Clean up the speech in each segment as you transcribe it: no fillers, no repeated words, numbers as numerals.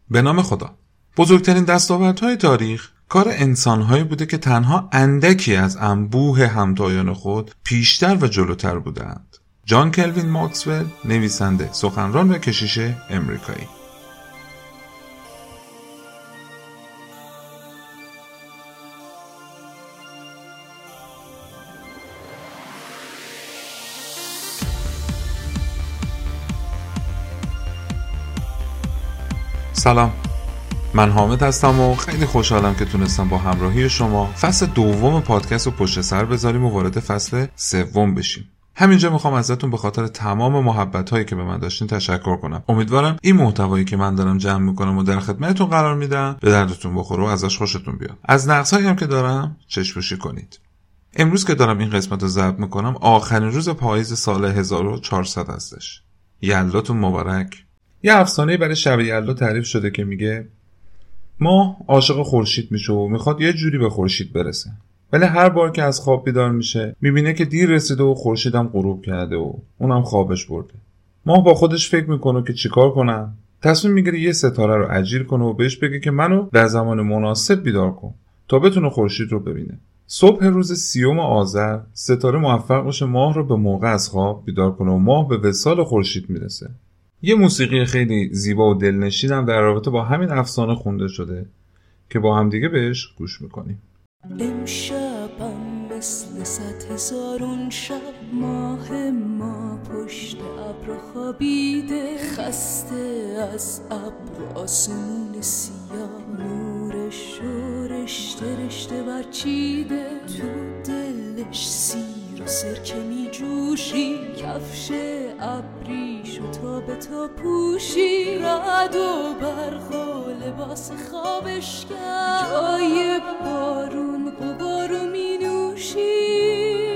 به نام خدا. بزرگترین دستاوردهای تاریخ کار انسانهایی بوده که تنها اندکی از انبوه همتایان خود پیشتر و جلوتر بودند. جان کلوین ماکسول، نویسنده، سخنران و کشیش امریکایی. سلام، من حامد هستم و خیلی خوشحالم که تونستم با همراهی شما فصل دوم پادکست رو پشت سر بذاریم و وارد فصل سوم بشیم. همینجا میخوام ازتون به خاطر تمام محبت‌هایی که به من داشتین تشکر کنم. امیدوارم این محتوایی که من دارم جمع میکنم و در خدمتتون قرار میدم به دردتون بخوره و ازش خوشتون بیاد. از نقصایی هم که دارم چشم‌پوشی کنید. امروز که دارم این قسمت رو ضبط میکنم آخرین روز پاییز سال 1400 هستش. یلداتون مبارک. یه افسانه‌ای برای شب یلدا تعریف شده که میگه ماه عاشق خورشید میشه و میخواد یه جوری به خورشید برسه. ولی هر بار که از خواب بیدار میشه میبینه که دیر رسیده و خورشیدم غروب کرده و اونم خوابش برده. ماه با خودش فکر میکنه که چیکار کنم. تصمیم میگیره یه ستاره رو اجیر کنه و بهش بگه که منو در زمان مناسب بیدار کن تا بتونه خورشید رو ببینه. صبح روز 30 آذر ستاره موفق میشه ماه رو به موقع از خواب بیدار کنه و ماه به وصال خورشید میرسه. یه موسیقی خیلی زیبا و دلنشین هم در رابطه با همین افسانه خونده شده که با هم دیگه بهش گوش میکنیم. امشبم مثل 100,000 شب ماه ما پشت ابر خوابیده، خسته از ابر آسمون سیاه، نورش و رشته رشته برچیده، تو دلش سیر و سرکه می جوشی، کفش ابریش و تا به تا پوشی، رعد و برق و لباس خوابش کرد، جای بارون غبارو می نوشی.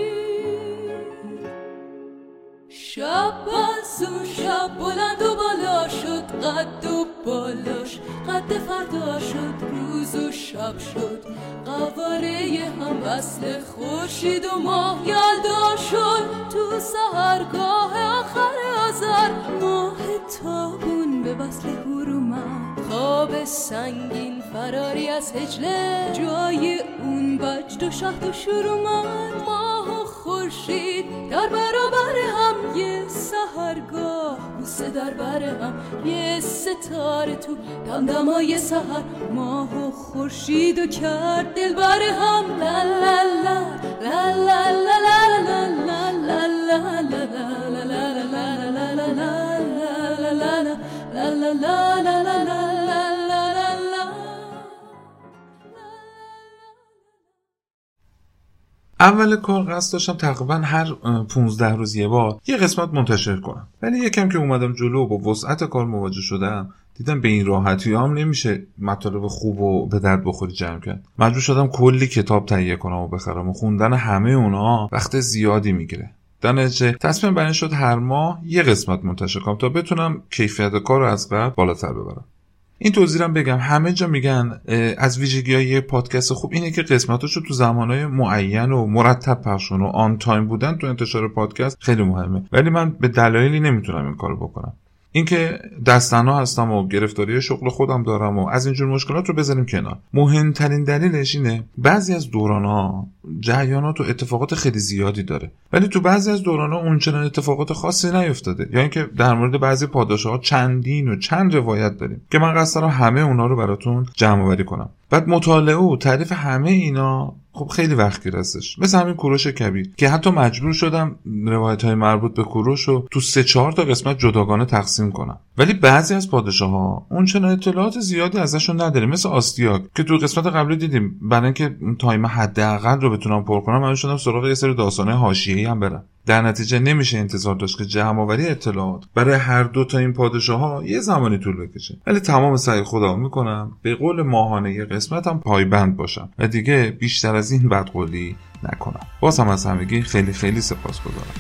شب از اون شب بلند و بالا شد، قد و بالاش قد فردا شد، روز و شب شد قواره هم وصل خورشید و ماه یلدا شد. تو سحرگاه آخر آذر ماه تابون به وصل هرومند، خواب سنگین فراری از هجله، جای اون وجد و شهد و شرومند، ماه و خورشید در برابر هم، یه سحرگاه بوسه در بر هم، یه ستاره تو دمدمای سحر، ماه و خورشید و کرد دل بر هم. لا لا لا لا لا لا لا لا لا لا لا لا لا لا لا لا. اول کار قصد داشتم تقریبا هر 15 روز یه بار یه قسمت منتشر کنم، ولی یکم که اومدم جلو و با وسعت کار مواجه شدم دیدم به این راحتی هم نمیشه مطالب خوب و به درد بخوری جمع کرد. مجبور شدم کلی کتاب تهیه کنم و بخرم و خوندن همه اونا وقت زیادی میگیره. در نتیجه تصمیم بر این شد هر ماه یه قسمت منتشر کنم تا بتونم کیفیت کار رو از قبل بالاتر ببرم. این توضیحم بگم، همه جا میگن از ویژگی‌های یه پادکست خوب اینه که قسمتاشو تو زمانهای معین و مرتب پخش کنه و آن تایم بودن تو انتشار پادکست خیلی مهمه، ولی من به دلایلی نمیتونم این کارو بکنم. اینکه دست‌تنها هستم و گرفتاری شغل خودم دارم و از اینجور مشکلات رو بذاریم کنار. مهمترین دلیلش اینه بعضی از دوران‌ها جریانات و اتفاقات خیلی زیادی داره، ولی تو بعضی از دوران‌ها اونچنان اتفاقات خاصی نیفتاده. یعنی که در مورد بعضی پادشاه‌ها چندین و چند روایت داریم که من قصد دارم همه اونا رو براتون جمع‌آوری کنم. بعد مطالعه و تعریف همه اینا خب خیلی وقت گیر هستش. مثل همین کوروش کبیر که حتی مجبور شدم روایت‌های مربوط به کوروش رو تو 3-4 تا قسمت جداگانه تقسیم کنم. ولی بعضی از پادشاه‌ها اونچنان اطلاعات زیادی ازشون نداریم، مثل آستیاگ که تو قسمت قبلی دیدیم. برای اینکه تایم حداقل رو بتونم پر کنم من شدم سراغ یه سری داستان‌های حاشیه‌ای هم برم. در نتیجه نمیشه انتظار داشت که جمع‌آوری اطلاعات برای هر دو تا این پادشاه‌ها یه زمانی طول بکشه. ولی تمام سعی خودم میکنم به قول ماهانه یه قسمتم پایبند باشم و دیگه بیشتر از این بدقولی نکنم. بازم از همگی خیلی خیلی سپاسگزارم.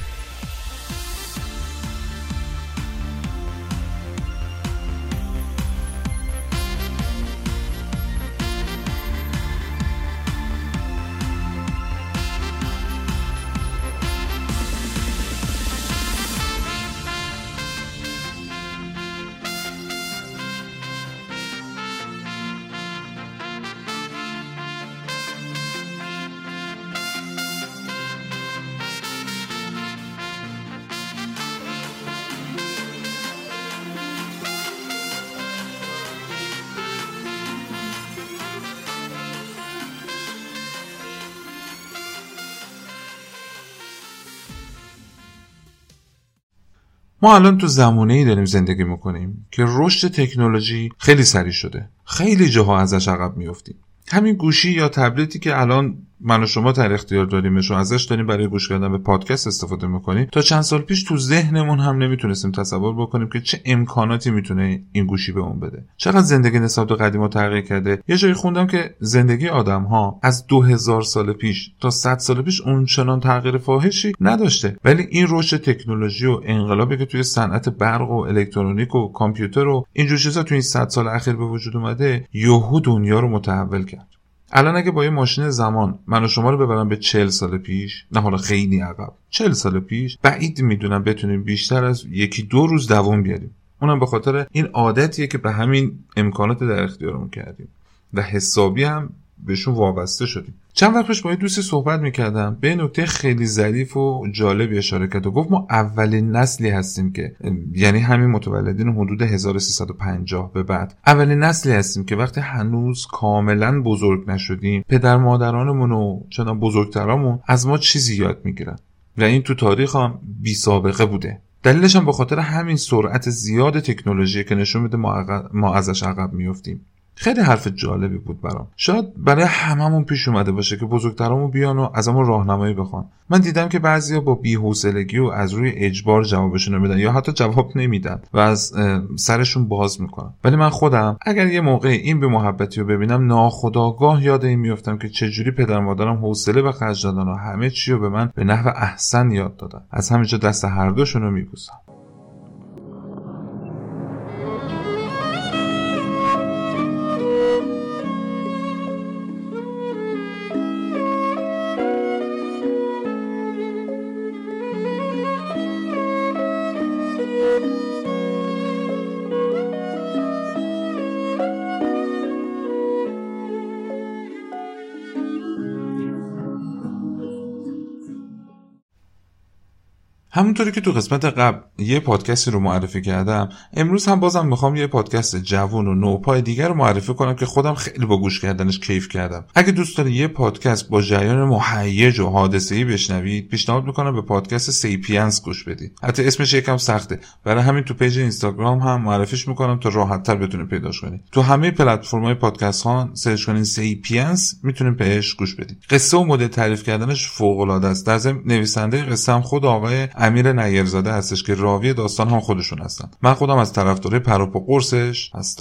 ما الان تو زمانه‌ای داریم زندگی میکنیم که رشد تکنولوژی خیلی سریع شده. خیلی جاها ازش عقب میافتیم. همین گوشی یا تبلتی که الان من و شما در اختیار داریمش و ازش داریم برای گوش کردن به پادکست استفاده میکنیم، تا چند سال پیش تو ذهنمون هم نمیتونستیم تصور بکنیم که چه امکاناتی میتونه این گوشی به اون بده. چقدر زندگی نسبت به قدیما تغییر کرده. یه جایی خوندم که زندگی آدم‌ها از 2000 سال پیش تا 100 سال پیش اونچنان تغییر فاحشی نداشته، ولی این رشد تکنولوژی و انقلابی که توی صنعت برق و الکترونیک و کامپیوتر و اینجور چیزا توی این 100 سال اخیر به وجود اومده، یهو دنیا رو متحول کرد. الان اگه با یه ماشین زمان من و شما رو ببرم به 40 سال پیش، نه حالا خیلی عقب، 40 سال پیش، بعید میدونم بتونیم بیشتر از 1-2 روز دوام بیاریم. اونم به خاطر این عادتیه که به همین امکانات در اختیارمون کردیم و حسابی هم بهشون وابسته شدیم. چند وقت پیش با یه دوستی صحبت میکردم، به نکته خیلی ظریف و جالبی اشاره کرد و گفت ما اولین نسلی هستیم که، یعنی همین متولدین حدود 1350 به بعد، اولین نسلی هستیم که وقتی هنوز کاملا بزرگ نشدیم، پدر مادرانمون و چنان بزرگترامون از ما چیزی یاد میگیرن و این تو تاریخ هم بی سابقه بوده. دلیلش هم به خاطر همین سرعت زیاد تکنولوژی که نشون میده ما ازش عقب میافتیم. خیلی حرف جالبی بود برام. شاید برای هممون پیش اومده باشه که بزرگترامون بیان و ازمون راهنمایی بخوان. من دیدم که بعضیا با بی‌حوصلگی و از روی اجبار جوابشون رو میدن یا حتی جواب نمیدن و از سرشون باز میکنن. ولی من خودم اگر یه موقع این به محبتی رو ببینم، ناخودآگاه یاد این میافتم که چجوری پدر مادرم حوصله به خرج دادن و همه چی رو به من به نحو احسن یاد دادن. از همینجا دست هر دوشون رو میبوسم. همونطوری که تو قسمت قبل یه پادکستی رو معرفی کردم، امروز هم بازم میخوام یه پادکست جوون و نوپای دیگر رو معرفی کنم که خودم خیلی با گوش کردنش کیف کردم. اگه دوست دارید یه پادکست با جریان مهیج و حادثه‌ای بشنوید، پیشنهاد میکنم به پادکست سیپینس گوش بدید. حتی اسمش یکم سخته، برای همین تو پیج اینستاگرام هم معرفیش میکنم تا راحت‌تر بتونید پیداش کنید. تو همه پلتفرم‌های پادکست ها سرچ کنین سیپینس، میتونید بهش گوش بدید. قصه و مدل تعریف کردنش فوق‌العاده است. در ضمن نویسنده قصه هم خود آقای امیر نیرزاده هستش که راوی داستان هم خودشون هستن. من خودم از طرفدارای پروپ و قرصش هستم.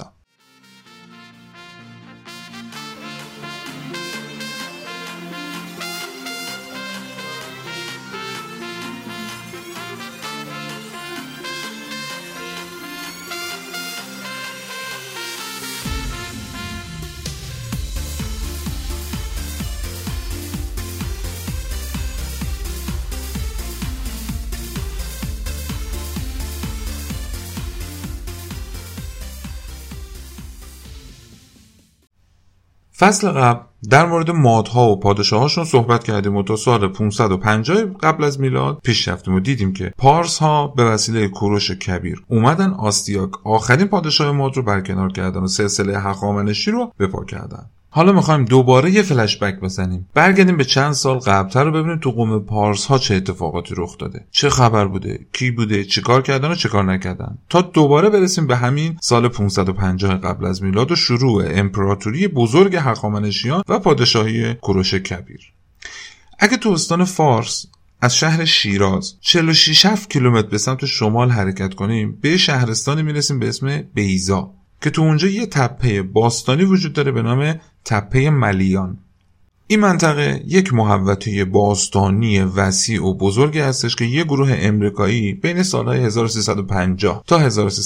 فصل قبل در مورد مادها و پادشاهاشون صحبت کردیم و تا سال 550 قبل از میلاد پیش رفتیم و دیدیم که پارس ها به وسیله کوروش کبیر اومدن آستیاک آخرین پادشاه ماد رو برکنار کردن و سلسله هخامنشی رو به پا کردن. حالا میخوایم دوباره یه فلش بک بزنیم، برگردیم به چند سال قبلتر رو ببینیم تو قوم پارس ها چه اتفاقاتی رخ داده، چه خبر بوده، کی بوده، چیکار کردن و چیکار نکردن، تا دوباره برسیم به همین سال 550 قبل از میلاد و شروع امپراتوری بزرگ هخامنشیان و پادشاهی کوروش کبیر. اگه تو استان فارس از شهر شیراز 46 کیلومتر به سمت شمال حرکت کنیم، به شهرستانی میرسیم به اسم بیضا که تو اونجا یه تپه باستانی وجود داره به نام تپه ملیان. این منطقه یک محوطه باستانی وسیع و بزرگی هستش که یه گروه امریکایی بین سالهای 1350 تا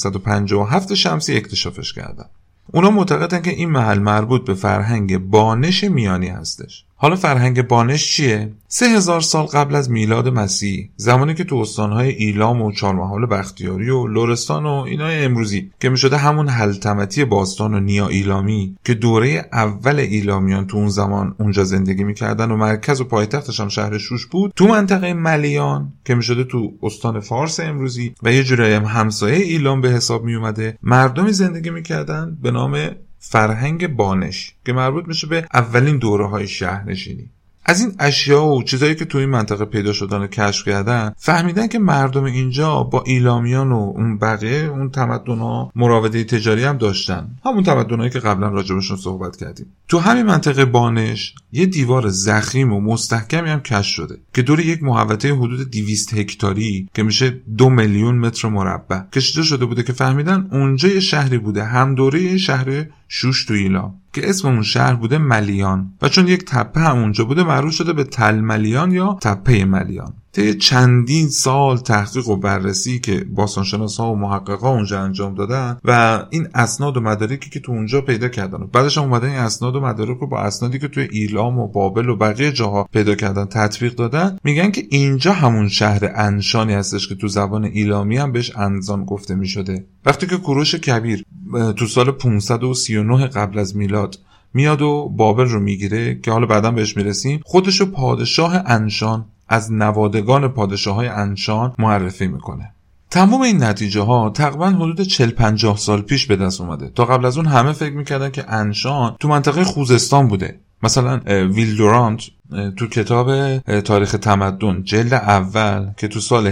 1357 شمسی اکتشافش کردن. اونا معتقدن که این محل مربوط به فرهنگ بانش میانی هستش. حالا فرهنگ بانش چیه؟ 3000 سال قبل از میلاد مسیح، زمانی که تو استانهای ایلام و چهارمحال بختیاری و لرستان و اینای امروزی که میشده همون حلتمتی باستان و نیا ایلامی که دوره اول ایلامیان تو اون زمان اونجا زندگی میکردن و مرکز و پایتختش هم شهر شوش بود، تو منطقه ملیان که میشده تو استان فارس امروزی و یه جورایی هم همسایه ایلام به حساب میومده، مردمی زندگی میکردن به نام فرهنگ بانش که مربوط میشه به اولین دوره‌های شهرنشینی. از این اشیاء و چیزایی که تو این منطقه پیدا شدن و کشف کردن فهمیدن که مردم اینجا با ایلامیان و اون بقیه اون تمدن‌ها مراوده تجاری هم داشتن، همون تمدنایی که قبلا راجبشون صحبت کردیم. تو همین منطقه بانش یه دیوار ضخیم و مستحکمی هم کشف شده که دور یک محوطه حدود 200 هکتاری که میشه 2 میلیون متر مربع کشیده شده بوده که فهمیدن اونجا یه شهری بوده هم دوره شهر شوش تو ایلام که اسم اون شهر بوده ملیان و چون یک تپه هم اونجا بوده معروف شده به تل ملیان یا تپه ملیان. طی چندین سال تحقیق و بررسی که باستانشناس‌ها و محقق‌ها اونجا انجام دادن و این اسناد و مدارکی که تو اونجا پیدا کردن و بعدش هم اومدن این اسناد و مدارک رو با اسنادی که توی ایلام و بابل و بقیه جاها پیدا کردن تطبیق دادن، میگن که اینجا همون شهر انشانی هستش که تو زبان ایلامی هم بهش انزان گفته میشده. وقتی که کوروش کبیر تو سال 539 قبل از میلاد میاد و بابل رو میگیره که حالا بعداً بهش میرسیم، خودشو پادشاه انشان از نوادگان پادشاه‌های انشان معرفی میکنه. تمام این نتیجه ها تقریبا حدود 40-50 سال پیش به دست اومده. تا قبل از اون همه فکر میکردن که انشان تو منطقه خوزستان بوده. مثلا ویل دورانت تو کتاب تاریخ تمدن جلد اول که تو سال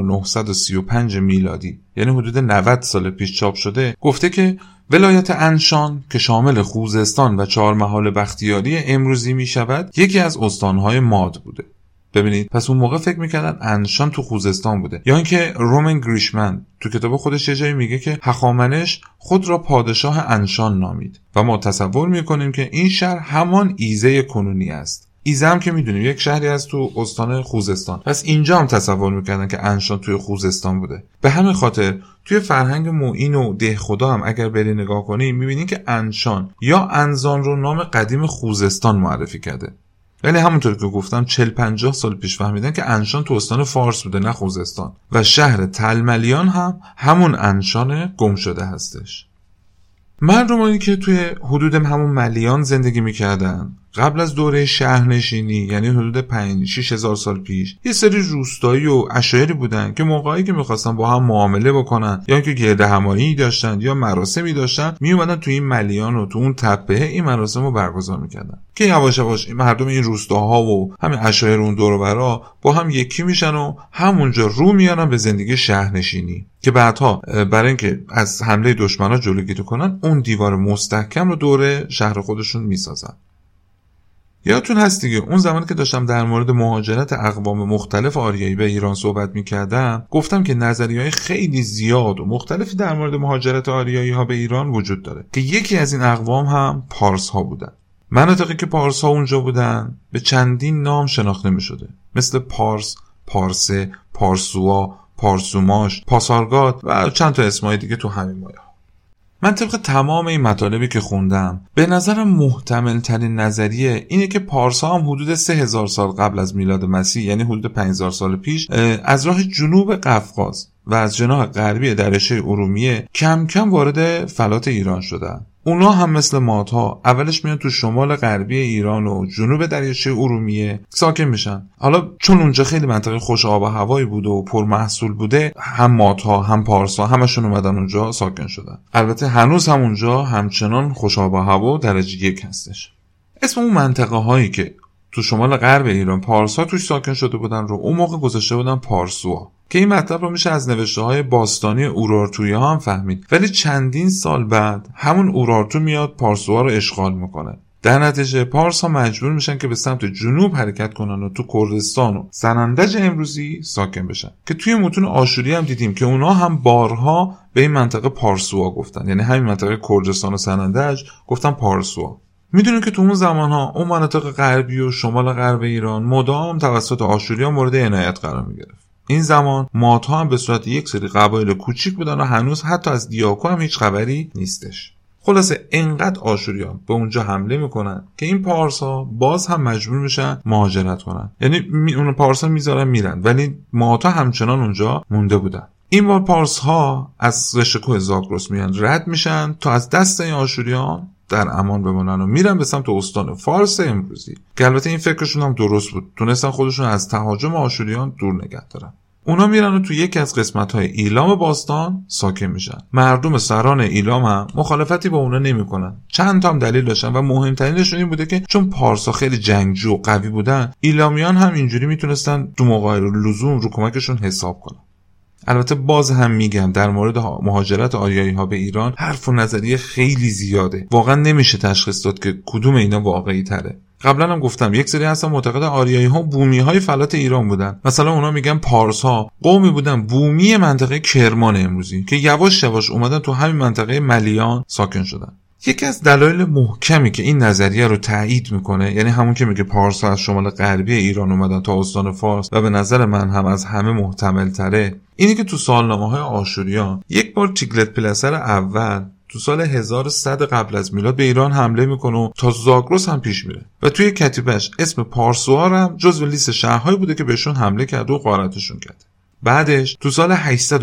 1935 میلادی یعنی حدود 90 سال پیش چاپ شده گفته که ولایت انشان که شامل خوزستان و چهارمحال بختیاری امروزی می شود یکی از استانهای ماد بوده. ببینید پس اون موقع فکر میکردن انشان تو خوزستان بوده. یا اینکه رومن گریشمن تو کتاب خودش یه جایی میگه که هخامنش خود را پادشاه انشان نامید و ما تصور میکنیم که این شهر همان ایزه کنونی است. ایزه هم که میدونیم یک شهری از تو استان خوزستان، پس اینجا هم تصور میکردن که انشان توی خوزستان بوده. به همین خاطر توی فرهنگ موئین و دهخدا هم اگر بری نگاه کنیم میبینیم که انشان یا انزان رو نام قدیم خوزستان معرفی کرده. ولی همونطور که گفتم 40-50 سال پیش فهمیدن که انشان تو استان فارس بوده نه خوزستان و شهر تل ملیان هم همون انشان گم شده هستش. مردمانی که توی حدود همون ملیان زندگی میکردن قبل از دوره شهرنشینی یعنی حدود 5-6 هزار سال پیش یه سری روستایی و عشایری بودن که موقعی که میخواستن با هم معامله بکنن یا که گرد همایی داشتن یا مراسمی داشتن میومدن توی این ملیان و تو اون تپه این مراسم رو برگزار میکردن که یواش یواش مردم این روستاها و همین عشایر اون دور و برا با هم یکی میشن و همونجا رو میارن به زندگی شهرنشینی که بعدها برای اینکه از حمله دشمنا جلوگیری کنن اون دیوار مستحکم رو دور شهر خودشون میسازن. یادتون هست دیگه اون زمانی که داشتم در مورد مهاجرت اقوام مختلف آریایی به ایران صحبت می‌کردم گفتم که نظریه‌های خیلی زیاد و مختلفی در مورد مهاجرت آریایی‌ها به ایران وجود داره که یکی از این اقوام هم پارس‌ها بودن. مناطقی که پارس‌ها اونجا بودن به چندین نام شناخته می‌شده مثل پارس، پارسه، پارسوها، پارسوماش، پاسارگاد و چند تا اسمای دیگه تو همین مایه. من طبق تمام این مطالبی که خوندم به نظرم محتمل ترین نظریه اینه که پارس‌ها هم حدود 3000 سال قبل از میلاد مسیح یعنی حدود 5000 سال پیش از راه جنوب قفقاز و از جناح غربی دریاچه ارومیه کم کم وارد فلات ایران شدن. اونا هم مثل مادها اولش میان تو شمال غربی ایران و جنوب دریاچه ارومیه ساکن میشن. حالا چون اونجا خیلی منطقه خوش آب و هوایی بوده و پرمحصول بوده هم مادها هم پارسا همشون اومدن اونجا ساکن شدن. البته هنوز هم اونجا همچنان خوش آب و هوا درجه 1 هستش. اسم اون منطقه هایی که تو شمال غرب ایران پارسا توش ساکن شده بودن رو اون موقع گذاشته بودن پارسوها که این مطلب رو میشه از نوشته‌های باستانی اورارتویی ها هم فهمید. ولی چندین سال بعد همون اورارتو میاد پارسوها رو اشغال میکنه. در نتیجه پارس ها مجبور میشن که به سمت جنوب حرکت کنن و تو کردستان و سنندج امروزی ساکن بشن که توی متون آشوری هم دیدیم که اونا هم بارها به این منطقه پارسوها گفتن، یعنی همین منطقه کردستان و سنندج گفتن پارسوها. میدونیم که تو اون زمانها اون مناطق غربی و شمال غرب ایران مدام توسط آشوریان مورد عنایت قرار میگرفت. این زمان مادها هم به صورت یک سری قبایل کوچیک بودن و هنوز حتی از دیاکو هم هیچ خبری نیستش. خلاصه اینقدر آشوریان به اونجا حمله میکنن که این پارسا باز هم مجبور میشن مهاجرت کنن، یعنی اون پارسا میذارن میرن ولی مادها همچنان اونجا مونده بودن. این بار پارسها از رشته کوه زاگرس میان رد میشن تا از دست این آشوریان در امان بمونن و میرن به سمت استان فارس امروزی که البته این فکرشون هم درست بود، تونستن خودشون از تهاجم آشوریان دور نگه دارن. اونا میرن و تو یکی از قسمت‌های ایلام باستان ساکن میشن. مردم سران ایلام هم مخالفتی با اونا نمیکنن. چند تا هم دلیل داشتن و مهمترینشون این بوده که چون پارسا خیلی جنگجو و قوی بودن، ایلامیان هم اینجوری میتونستن تو موقع لزوم رو کمکشون حساب کنن. البته باز هم میگم در مورد مهاجرت آریایی ها به ایران حرف و نظریه خیلی زیاده. واقعا نمیشه تشخیص داد که کدوم اینا واقعی تره. قبلا هم گفتم یک سری هستن معتقد آریایی ها بومی های فلات ایران بودن. مثلا اونا میگن پارس ها قومی بودن بومی منطقه کرمان امروزی که یواش یواش اومدن تو همین منطقه ملیان ساکن شدن. یکی از دلایل محکمی که این نظریه رو تایید میکنه، یعنی همون که میگه پارس ها از شمال غربی ایران اومدن تا استان فارس و به نظر من هم از همه محتمل تره، اینی که تو سالنامه‌های آشوریان یک بار تیگلت پلسر اول تو سال 1100 قبل از میلاد به ایران حمله میکنه و تا زاگرس هم پیش میره و توی کتیبش اسم پارسوار هم جزو لیست شهرهایی بوده که بهشون حمله کرده و غارتشون کرده. بعدش تو سال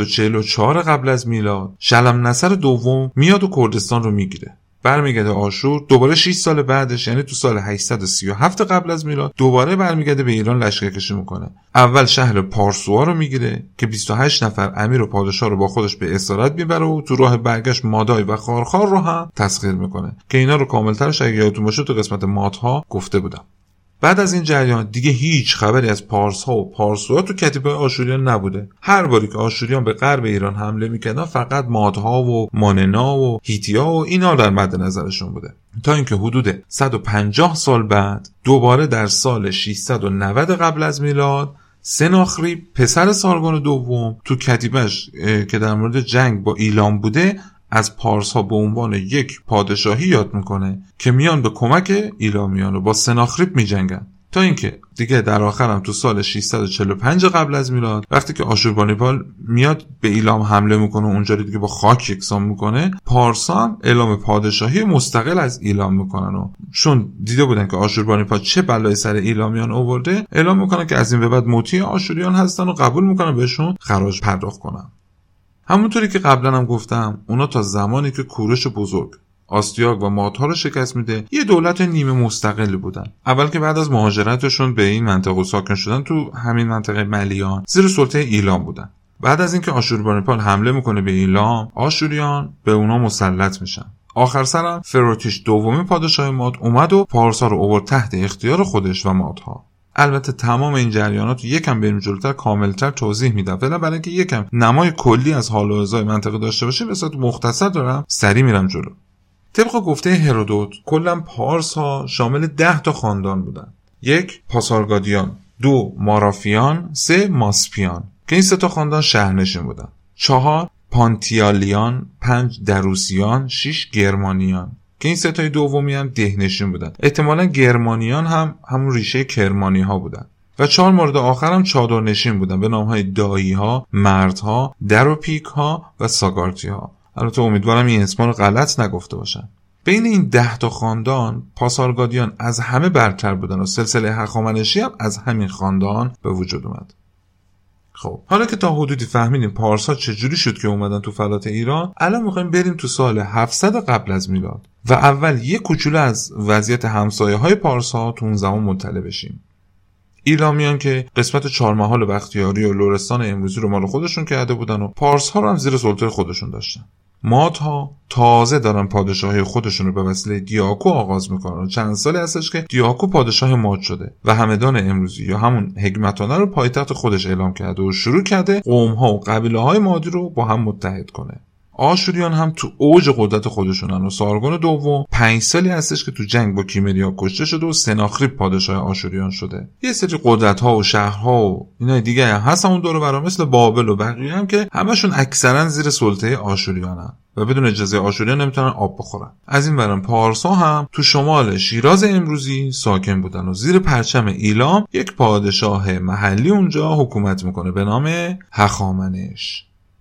844 قبل از میلاد شلمنصر دوم میاد و کردستان رو میگیره. برمیگرده آشور. دوباره 6 سال بعدش یعنی تو سال 837 قبل از میلاد دوباره برمیگرده به ایران لشکرکشی میکنه. اول شهر پارسوها رو میگیره که 28 نفر امیر و پادشاه رو با خودش به اسارت میبره و تو راه برگشت مادای و خارخار رو هم تسخیر میکنه که اینا رو کاملترش اگه یادتون باشه تو قسمت مادها گفته بودم. بعد از این جریان دیگه هیچ خبری از پارس ها و پارسوها تو کتیبه آشوریان نبوده. هر باری که آشوریان به غرب ایران حمله میکردن فقط مادها و ماننا و هیتیا و اینا در مد نظرشون بوده، تا اینکه حدود 150 سال بعد دوباره در سال 690 قبل از میلاد سناخریب پسر سارگون دوم تو کتیبش که در مورد جنگ با ایلام بوده از پارس ها به عنوان یک پادشاهی یاد میکنه که میان به کمک ایلامیان رو با سناخریب میجنگن، تا اینکه دیگه در آخرم تو سال 645 قبل از میلاد وقتی که آشوربانیپال میاد به ایلام حمله میکنه و اونجا دیگه با خاک یکسان میکنه، پارسا هم اعلام پادشاهی مستقل از ایلام میکنن و چون دیده بودن که آشوربانیپال چه بلای سر ایلامیان آورده اعلام میکنن که از این به بعد مطیع آشوریان هستن و قبول میکنن بهشون خراج پرداخت کنن. همونطوری که قبلا هم گفتم اونا تا زمانی که کوروش بزرگ آستیاگ و مادها رو شکست میده یه دولت نیمه مستقل بودن. اول که بعد از مهاجرتشون به این منطقه ساکن شدن تو همین منطقه ملیان زیر سلطه ایلام بودن. بعد از اینکه آشوربانیپال حمله میکنه به ایلام، آشوریان به اونا مسلط میشن. آخر سرم فروتیش دومی پادشاه ماد اومد و پارسا رو آورد تحت اختیار خودش و مادها. البته تمام این جریانات یکم بریم جلوتر کاملتر توضیح میدم، فعلا برای اینکه یکم نمای کلی از حال و اوضاع منطقه داشته باشیم به صورت مختصر دارم سریع میرم جلو. طبق گفته هرودوت کلا پارس ها شامل 10 تا خاندان بودن. 1 پاسارگادیان، 2 مارافیان، 3 ماسپیان که این 3 تا خاندان شهرنشین بودن. 4 پانتیالیان، 5 دروسیان، 6 گرمانیان که این 3 تای دومی هم دهنشین بودن. احتمالاً گرمانیان هم همون ریشه کرمانی ها بودن. و 4 مورد آخر هم چادرنشین بودن به نام های دایی ها، مردها، دروپیک ها و ساگارتی ها. البته امیدوارم این اسما رو غلط نگفته باشن. بین این 10 تا خاندان پاسارگادیان از همه برتر بودن و سلسله هخامنشی هم از همین خاندان به وجود اومد. خب حالا که تا حدودی فهمیدیم پارسا چجوری شد که اومدن تو فلات ایران، الان میخوایم بریم تو سال 700 قبل از میلاد و اول یه کوچولو از وضعیت همسایه های پارسا تو اون زمان مطلع بشیم. ایلامیان که قسمت چهارمحال بختیاری و لرستان امروزی رو مال خودشون کرده بودن و پارس‌ها رو هم زیر سلطه خودشون داشتن. مادها تازه دارن پادشاهی خودشون رو به وسیله دیاکو آغاز میکنن و چند سالی هستش که دیاکو پادشاه ماد شده و همدان امروزی یا همون هگمتانه رو پایتخت خودش اعلام کرده و شروع کرده قوم‌ها و قبیله‌های مادی رو با هم متحد کنه. آشوریان هم تو اوج قدرت خودشونن و سارگون دوم 5 سالی هستش که تو جنگ با کیمریا کشته شده و سناخریب پادشاه آشوریان شده. یه سری قدرت‌ها و شهرها و اینا دیگه هم هست اون دور و برا مثل بابل و بقیه هم که همشون اکثرا زیر سلطه آشوریانن و بدون اجازه آشوریان نمیتونن آب بخورن. از این برم پارسا هم تو شمال شیراز امروزی ساکن بودن و زیر پرچم ایلام یک پادشاه محلی اونجا حکومت میکنه به نام هخامنش.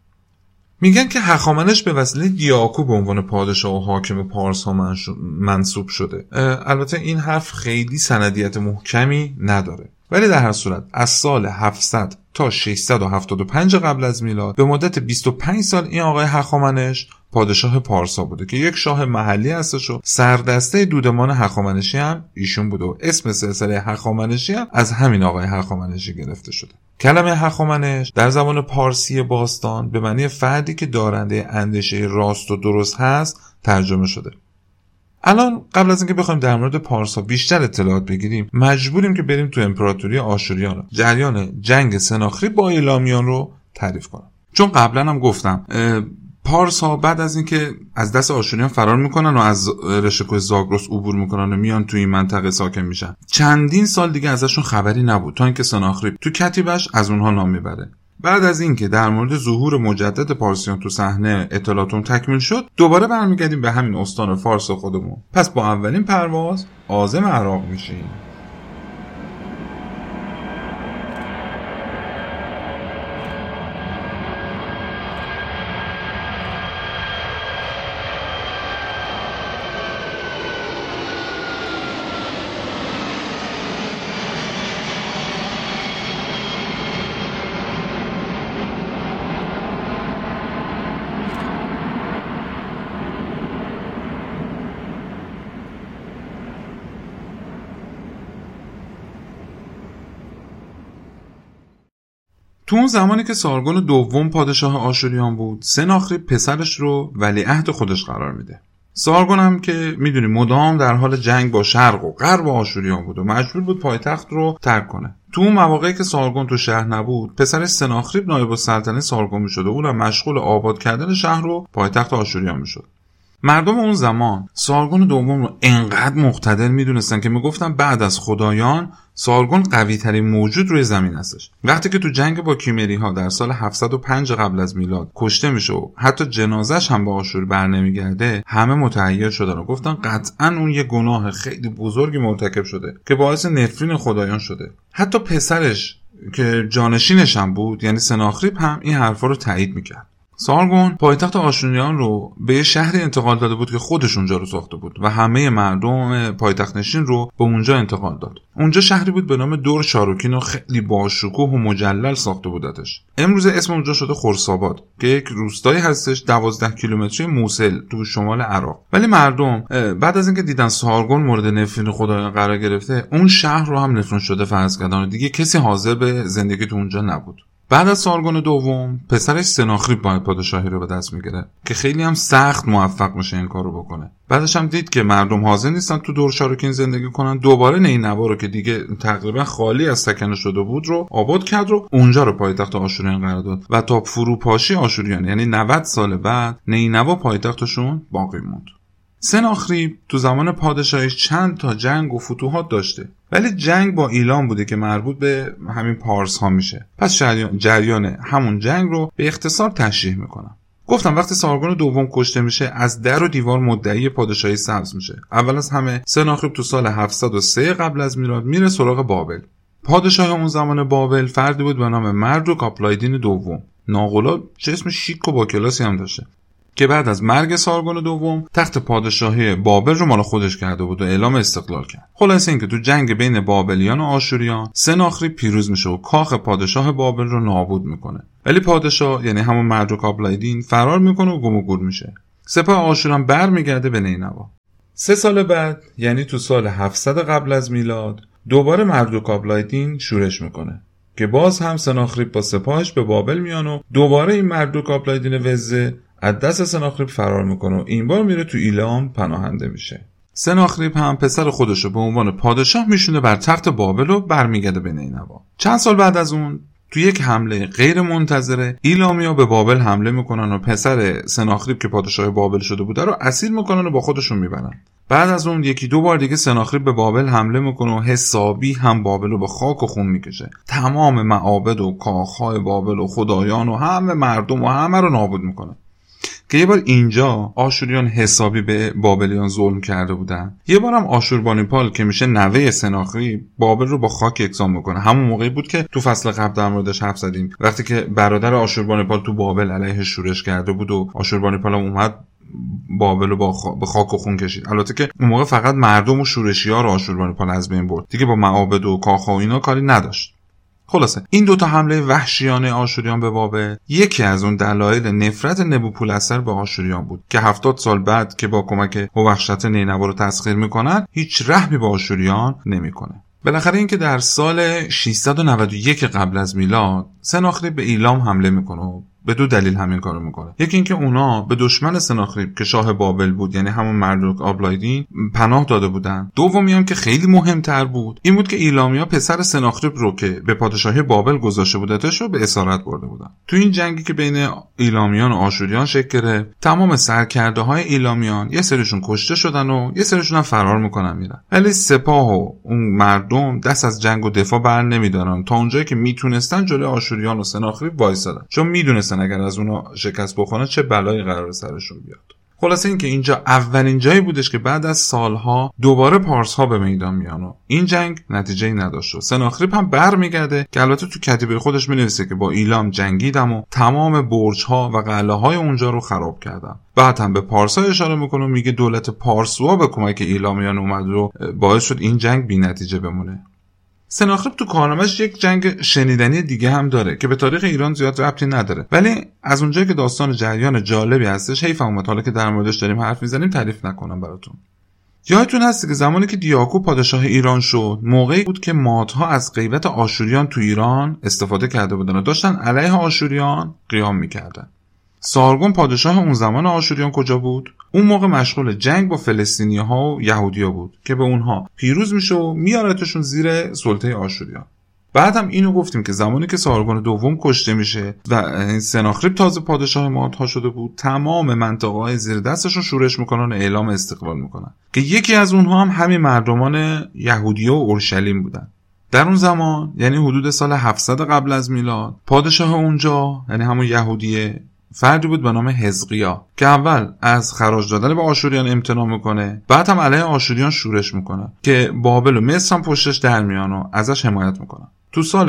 میگن که هخامنش به وسیله دیاکو به عنوان پادشاه و حاکم پارس ها منصوب شده. البته این حرف خیلی سندیت محکمی نداره. ولی در هر صورت از سال 700 تا 675 قبل از میلاد به مدت 25 سال این آقای هخامنش پادشاه پارسا بوده که یک شاه محلی هستش و سردسته دودمان هخامنشی هم ایشون بوده و اسم سلسله هخامنشی هم از همین آقای هخامنشی گرفته شده. کلمه هخامنش در زبان پارسی باستان به معنی فردی که دارنده اندیشه راست و درست هست ترجمه شده. الان قبل از اینکه بخوایم در مورد پارسا بیشتر اطلاعات بگیریم مجبوریم که بریم تو امپراتوری آشوریان، جریان جنگ سناخریب با ایلامیان رو تعریف کنم. چون قبلا هم گفتم پارسا بعد از اینکه از دست آشوریان فرار میکنن و از رشته‌کوه زاگرس عبور میکنن و میان تو این منطقه ساکن میشن، چندین سال دیگه ازشون خبری نبود تا اینکه سناخریب تو کتیبش از اونها نام میبره. بعد از اینکه در مورد ظهور مجدد پارسیان تو صحنه اطلاعاتون تکمیل شد، دوباره برمیگردیم به همین استان فارس خودمون. پس با اولین پرواز عازم عراق میشیم. تو اون زمانی که سارگون دوم پادشاه آشوریان بود، سناخریب پسرش رو ولیعهد خودش قرار میده. سارگون هم که میدونی مدام در حال جنگ با شرق و غرب آشوریان بود و مجبور بود پایتخت رو ترک کنه. تو اون مواقعی که سارگون تو شهر نبود، پسرش سناخریب نایب السلطنه سارگون میشد و اونم مشغول آباد کردن شهر و پایتخت آشوریان میشد. مردم اون زمان سارگون دوم رو انقدر مقتدر میدونستن که میگفتن بعد از خدایان سارگون قوی ترین موجود روی زمین هستش. وقتی که تو جنگ با کیمری ها در سال 705 قبل از میلاد کشته میشه و حتی جنازش هم به آشور بر نمیگرده، همه متحیر شدن و گفتن قطعا اون یه گناه خیلی بزرگی مرتکب شده که باعث نفرین خدایان شده. حتی پسرش که جانشینش هم بود یعنی سناخریب هم این حرفا رو تایید میکرد. سارگون پایتخت آشوریان رو به یه شهری انتقال داده بود که خودش اونجا رو ساخته بود و همه مردم پایتخت نشین رو به اونجا انتقال داد. اونجا شهری بود به نام دور شاروکین و خیلی باشکوه و مجلل ساخته بودتش. امروز اسم اونجا شده خرساباد که یک روستایی هستش 12 کیلومتری موصل تو شمال عراق. ولی مردم بعد از اینکه دیدن سارگون مورد نفرین خدایان قرار گرفته، اون شهر رو هم نفرین شده فرض کردن و دیگه کسی حاضر به زندگی تو اونجا نبود. بعد از سارگون دوم پسرش سناخریب باید پادشاهی رو به دست میگیره که خیلی هم سخت موفق میشه این کارو بکنه. بعدش هم دید که مردم حاضر نیستن تو دور شاروکین زندگی کنن، دوباره نینوا رو که دیگه تقریبا خالی از سکنه شده بود رو آباد کرد و اونجا رو پایتخت آشوریان قرار داد و تا فروپاشی آشوریان یعنی 90 سال بعد نینوا پایتختشون باقی موند. سناخریب تو زمان پادشاهیش چند تا جنگ و فتوحات داشته، ولی جنگ با ایلام بوده که مربوط به همین پارس ها میشه. پس جریان همون جنگ رو به اختصار تشریح میکنم. گفتم وقتی سارگون دوم کشته میشه از در و دیوار مدعی پادشاهی سبز میشه. اول از همه سناخریب تو سال 703 قبل از میلاد میره سراغ بابل. پادشاه اون زمان بابل فردی بود به نام مردوک آپلایدین دوم. ناقلا چه اسم شیک و با کلاسی هم داشته که بعد از مرگ سارگون دوم تخت پادشاهی بابل رو مال خودش کرده بود و اعلام استقلال کرد. خلاصه اینکه تو جنگ بین بابلیان و آشوریان سناخریب پیروز میشه و کاخ پادشاه بابل رو نابود میکنه. ولی پادشاه یعنی همون مردوک آپلایدین فرار میکنه و گم و گور میشه. سپاه آشوریان برمیگرده به نینوا. 3 سال بعد یعنی تو سال 700 قبل از میلاد دوباره مردوک آپلایدین شورش میکنه که باز هم سناخریب با سپاهش به بابل میان و دوباره این مردوک آپلایدین وزه از دست سناخریب فرار میکنه و این بار میره تو ایلام پناهنده میشه. سناخریب هم پسر خودش رو به عنوان پادشاه میشونه بر تخت بابل و برمیگرده به نینوا. چند سال بعد از اون تو یک حمله غیر منتظره ایلامیا به بابل حمله میکنن و پسر سناخریب که پادشاه بابل شده بوده رو اسیر میکنن و با خودشون میبرن. بعد از اون 1-2 بار دیگه سناخریب به بابل حمله میکنه و حسابی هم بابل رو به خاک و خون میکشه. تمام معابد و کاخهای بابل و خدایان و همه مردم و همه رو نابود میکنه. که یه بار اینجا آشوریان حسابی به بابلیان ظلم کرده بودن. یه بارم آشوربانیپال که میشه نوه سناخریب بابل رو با خاک یکسان میکنه. همون موقعی بود که تو فصل قبل در موردش حرف زدیم، وقتی که برادر آشوربانیپال تو بابل علیه شورش کرده بود و آشوربانیپال هم اومد بابل رو به خاک و خون کشید. البته که اون موقع فقط مردم و شورشی‌ها رو آشوربانیپال از بین برد، دیگه با معابد و کاخ و اینا کاری نداشت. خلاصه این دوتا حمله وحشیانه آشوریان به بابل یکی از اون دلایل نفرت نبوپولسر به آشوریان بود که 70 سال بعد که با کمک هوخشت نینوا رو تسخیر میکنن هیچ رحمی به آشوریان نمیکنه. بالاخره اینکه در سال 691 قبل از میلاد سناخریب به ایلام حمله میکنه و به دو دلیل همین کارو میکنه. یکی اینکه اونا به دشمن سناخریب که شاه بابل بود، یعنی همون مردوک آبلایدین، پناه داده بودن. دومی هم که خیلی مهمتر بود این بود که ایلامیا پسر سناخریب رو که به پادشاهی بابل گذاشته بودتش رو به اسارت برده بودن. تو این جنگی که بین ایلامیان و آشوریان شکل گرفت، تمام سرکرده‌های ایلامیان یه سریشون کشته شدن و یه سریشون هم فرار میکنن میرن، ولی سپاه و اون مردم دست از جنگ و دفاع بر نمیدارن تا اونجایی که میتونستن جلوی آشوریان و سناخریب وایسادن، چون میدونستن اگر از اونا شکست بخورن چه بلایی قرار سرشون بیاد. خلاصه این که اینجا اولین جایی بودش که بعد از سالها دوباره پارس‌ها به میدان میان و این جنگ نتیجه‌ای نداشت و سناخریب هم برمیگرده که البته تو کتیبه خودش می‌نویسه که با ایلام جنگیدم و تمام برج‌ها و قلعه‌های اونجا رو خراب کردم. بعد هم به پارس‌ها اشاره میکنه و میگه دولت پارسوها به کمک ایلامیان اومد و باعث شد این جنگ بی‌نتیجه بمونه. سناخریب تو کارنامه‌اش یک جنگ شنیدنی دیگه هم داره که به تاریخ ایران زیاد ربطی نداره، ولی از اونجایی که داستان جریان جالبی هستش حیف اومد حالا که در موردش داریم حرف میزنیم تعریف نکنم براتون. یادتون هست که زمانی که دیاکو پادشاه ایران شد موقعی بود که مادها از غیبت آشوریان تو ایران استفاده کرده بودن و داشتن علیه آشوریان قیام میکردن. سارگون پادشاه اون زمان آشوریان کجا بود؟ اون موقع مشغول جنگ با فلسطینی‌ها و یهودی‌ها بود که به اونها پیروز میشه و میارتشون زیر سلطه آشوریان. بعد هم اینو گفتیم که زمانی که سارگون دوم کشته میشه و سناخریب تازه پادشاه مادها شده بود، تمام منطقه‌های زیر دستشون شورش میکنن و اعلام استقلال میکنن که یکی از اونها هم همین مردمان یهودیه و اورشلیم بودن. در اون زمان یعنی حدود سال 700 قبل از میلاد پادشاه اونجا یعنی همون یهودیه فردی بود به نام حزقیا که اول از خراج دادن به آشوریان امتناع میکنه، بعد هم علیه آشوریان شورش میکنه که بابل و مصر هم پشتش در میان و ازش حمایت میکنن. تو سال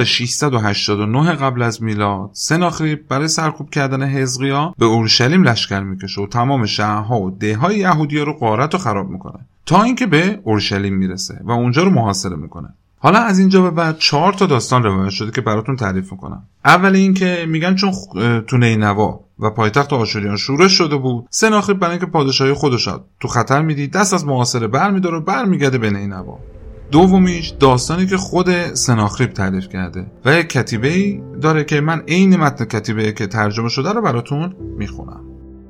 689 قبل از میلاد سناخریب برای سرکوب کردن حزقیا به اورشلیم لشکر میکشه و تمام شهرها و دههای یهودی‌ها رو غارت و خراب میکنه تا اینکه به اورشلیم میرسه و اونجا رو محاصره میکنه. حالا از اینجا به بعد 4 تا داستان روایت شده که براتون تعریف میکنم. اول این که میگن چون تو نینوا و پایتخت آشوریان شورش شده بود، سناخریب برای اینکه پادشاهی خودش تو خطر میدید دست از محاصره برمیداره و برمیگرده به نینوا. دومیش داستانی که خود سناخریب تعریف کرده و یک کتیبه‌ای داره که من عین متن کتیبه که ترجمه شده رو براتون میخونم.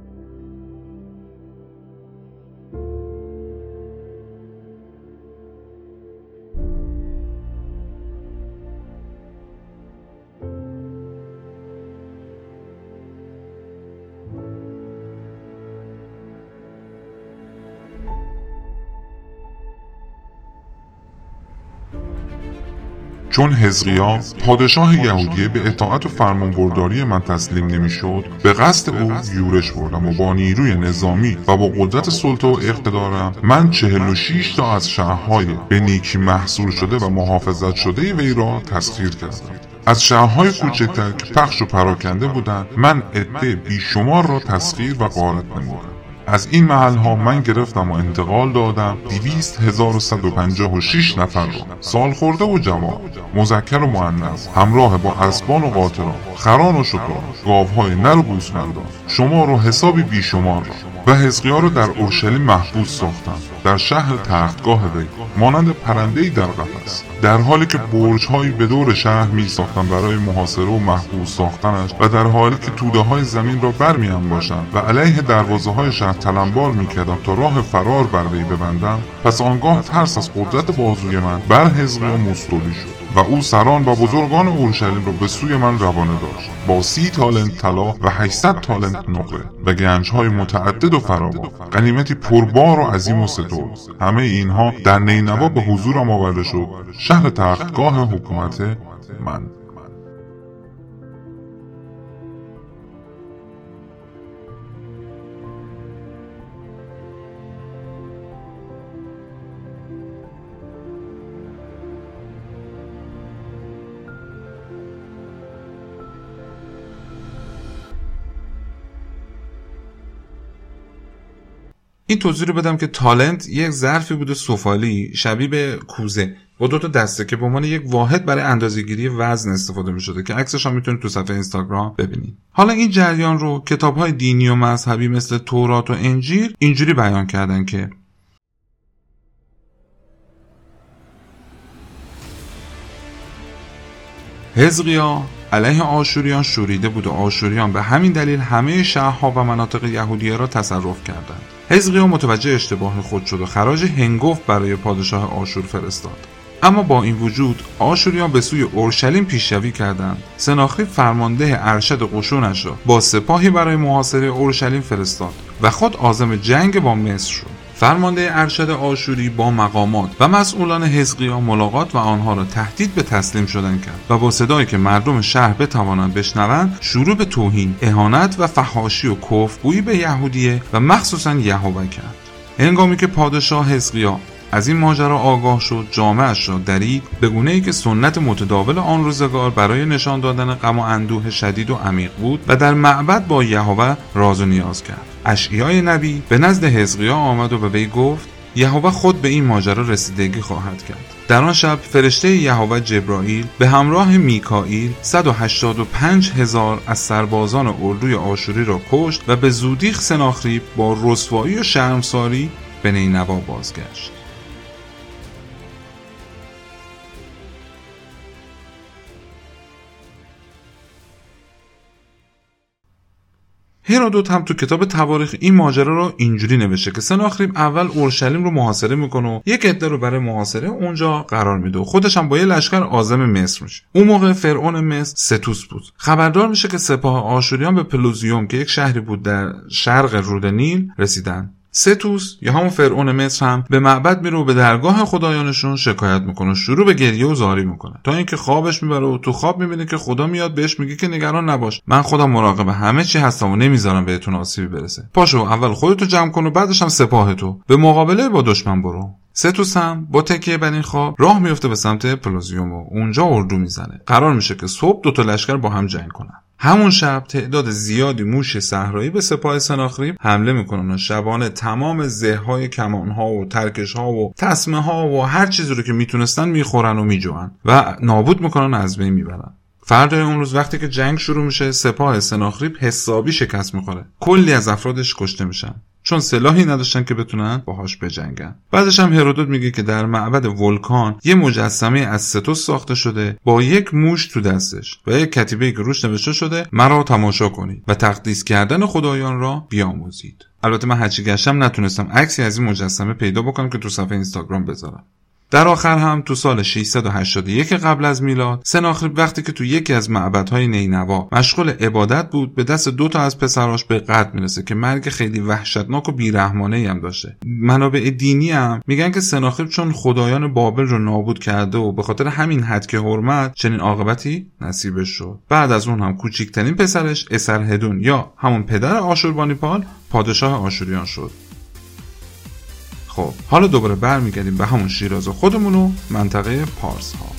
چون حزقیا پادشاه یهودیه به اطاعت و فرمانبرداری من تسلیم نمیشد، به قصد او یورش بردم و با نیروی نظامی و با قدرت سلطه و اقتدارم من 46 تا از شهرهای به نیکی محصول شده و محافظت شده وی را تسخیر کردم. از شهرهای کوچکتر که پخش و پراکنده بودند من عده بیشمار را تسخیر و غارت نمودم. از این محلها من گرفتم و انتقال دادم 20156 نفر را، سالخورده و جوان، مذکر و مؤنث، همراه با اسبان و قاطران، خران و شتران، گاوهای نر و گوسفندان، شمار و حسابی بیشمار را. و حزقیا را در اورشلیم محبوس ساختم، در شهر تختگاه وی، مانند پرنده‌ای در قفس، در حالی که برج‌هایی به دور شهر می‌ساختم برای محاصره و محبوس ساختنش و در حالی که توده‌های زمین را برمی‌انباشتم و علیه دروازه‌های شهر تلمبار می‌کردم تا راه فرار بر وی ببندم. پس آنگاه ترس از قدرت بازوی من بر حزقیا مستولی شد و او سران و بزرگان اورشلیم را به سوی من روانه داشت با 30 تالنت طلا و 800 تالنت نقره و گنج‌های متعدد و فراوان، غنیمتی پربار و عظیم و ستور. همه اینها در نینوا به حضورم آورده شد، شهر تختگاه حکومت من. این توضیح رو بدم که تالنت یک ظرفی بوده سفالی شبیه به کوزه با 2 دسته که به عنوان یک واحد برای اندازه‌گیری وزن استفاده می‌شده که عکسش هم میتونید تو صفحه اینستاگرام ببینید. حالا این جریان رو کتاب‌های دینی و مذهبی مثل تورات و انجیل اینجوری بیان کردن که حزقیا علیه آشوریان شوریده بود و آشوریان به همین دلیل همه شهرها و مناطق یهودیه را تصرف کردند. حزقیا متوجه اشتباه خود شد و خراج هنگفت برای پادشاه آشور فرستاد. اما با این وجود آشوریان به سوی اورشلیم پیشروی کردند. سناخریب فرمانده ارشد قشونش را با سپاهی برای محاصره اورشلیم فرستاد و خود عازم جنگ با مصر شد. فرمانده ارشد آشوری با مقامات و مسئولان حزقیا ملاقات و آنها را تهدید به تسلیم شدن کرد و با صدایی که مردم شهر بتوانند بشنوند شروع به توهین، اهانت و فحاشی و کفرگویی به یهودیه و مخصوصا یهوه کرد. هنگامی که پادشاه حزقیا از این ماجرا آگاه شد، جامه‌اش را درید به گونه‌ای که سنت متداول آن روزگار برای نشان دادن غم و اندوه شدید و عمیق بود و در معبد با یهوه راز و نیاز کرد. اشعیای نبی به نزد حزقیا آمد و به وی گفت یهوه خود به این ماجرا رسیدگی خواهد کرد. در آن شب فرشته یهوه جبرائیل به همراه میکائیل 185,000 از سربازان اردوی آشوری را کشت و به زودی سناخریب با رسوایی و شرمساری به نینوا بازگشت. هرودوت هم تو کتاب تواریخ این ماجرا رو اینجوری نوشته که سناخریب اول اورشلیم رو محاصره میکنه و یک عده رو برای محاصره اونجا قرار میده و خودش هم با یه لشکر عازم مصر میشه. اون موقع فرعون مصر ستوس بود. خبردار میشه که سپاه آشوریان به پلوزیوم که یک شهری بود در شرق رود نیل رسیدن. ستوس یا همون فرعون مصر هم به معبد میره و به درگاه خدایانشون شکایت میکنه، شروع به گریه و زاری میکنه تا اینکه خوابش میبره و تو خواب میبینه که خدا میاد بهش میگه که نگران نباش، من خودم مراقب همه چی هستم و نمیذارم بهتون آسیبی برسه. پاشو اول خودتو جمع کن و بعدش هم سپاهتو به مقابله با دشمن برو. ستوس هم با تکیه بر این خواب راه میفته به سمت پلوزیوم و اونجا اردو میزنه. قرار میشه که صبح 2 لشکر با هم جنگ کنن. همون شب تعداد زیادی موش صحرایی به سپاه سناخریب حمله میکنن و شبانه تمام زههای کمانها و ترکشها و تسمه ها و هر چیزی رو که میتونستن میخورن و میجوان و نابود میکنن و از بین میبرن. فردای اون روز وقتی که جنگ شروع میشه سپاه سناخریب حسابی شکست میخوره. کلی از افرادش کشته میشن چون سلاحی نداشتن که بتونن باهاش بجنگن. بعدش هم هرودوت میگه که در معبد ولکان یه مجسمه از ستوس ساخته شده با یک موش تو دستش و یک کتیبه‌ای که روش نوشته شده مرا تماشا کنید و تقدیس کردن خدایان را بیاموزید. البته من هرچی گشتم نتونستم عکسی از این مجسمه پیدا بکنم که تو صفحه اینستاگرام بذارم. در آخر هم تو سال 681 قبل از میلاد سناخریب وقتی که تو یکی از معبدهای نینوا مشغول عبادت بود به دست 2 از پسراش به قتل میرسه که مرگ خیلی وحشتناک و بیرحمانه‌ای هم داشته. منابع دینی هم میگن که سناخریب چون خدایان بابل رو نابود کرده و به خاطر همین حد که حرمت چنین عاقبتی نصیبش شد. بعد از اون هم کوچکترین پسرش اسرهدون یا همون پدر آشوربانیپال پادشاه آشوریان شد. خب حالا دوباره برمیگردیم به همون شیراز خودمون و منطقه پارس ها.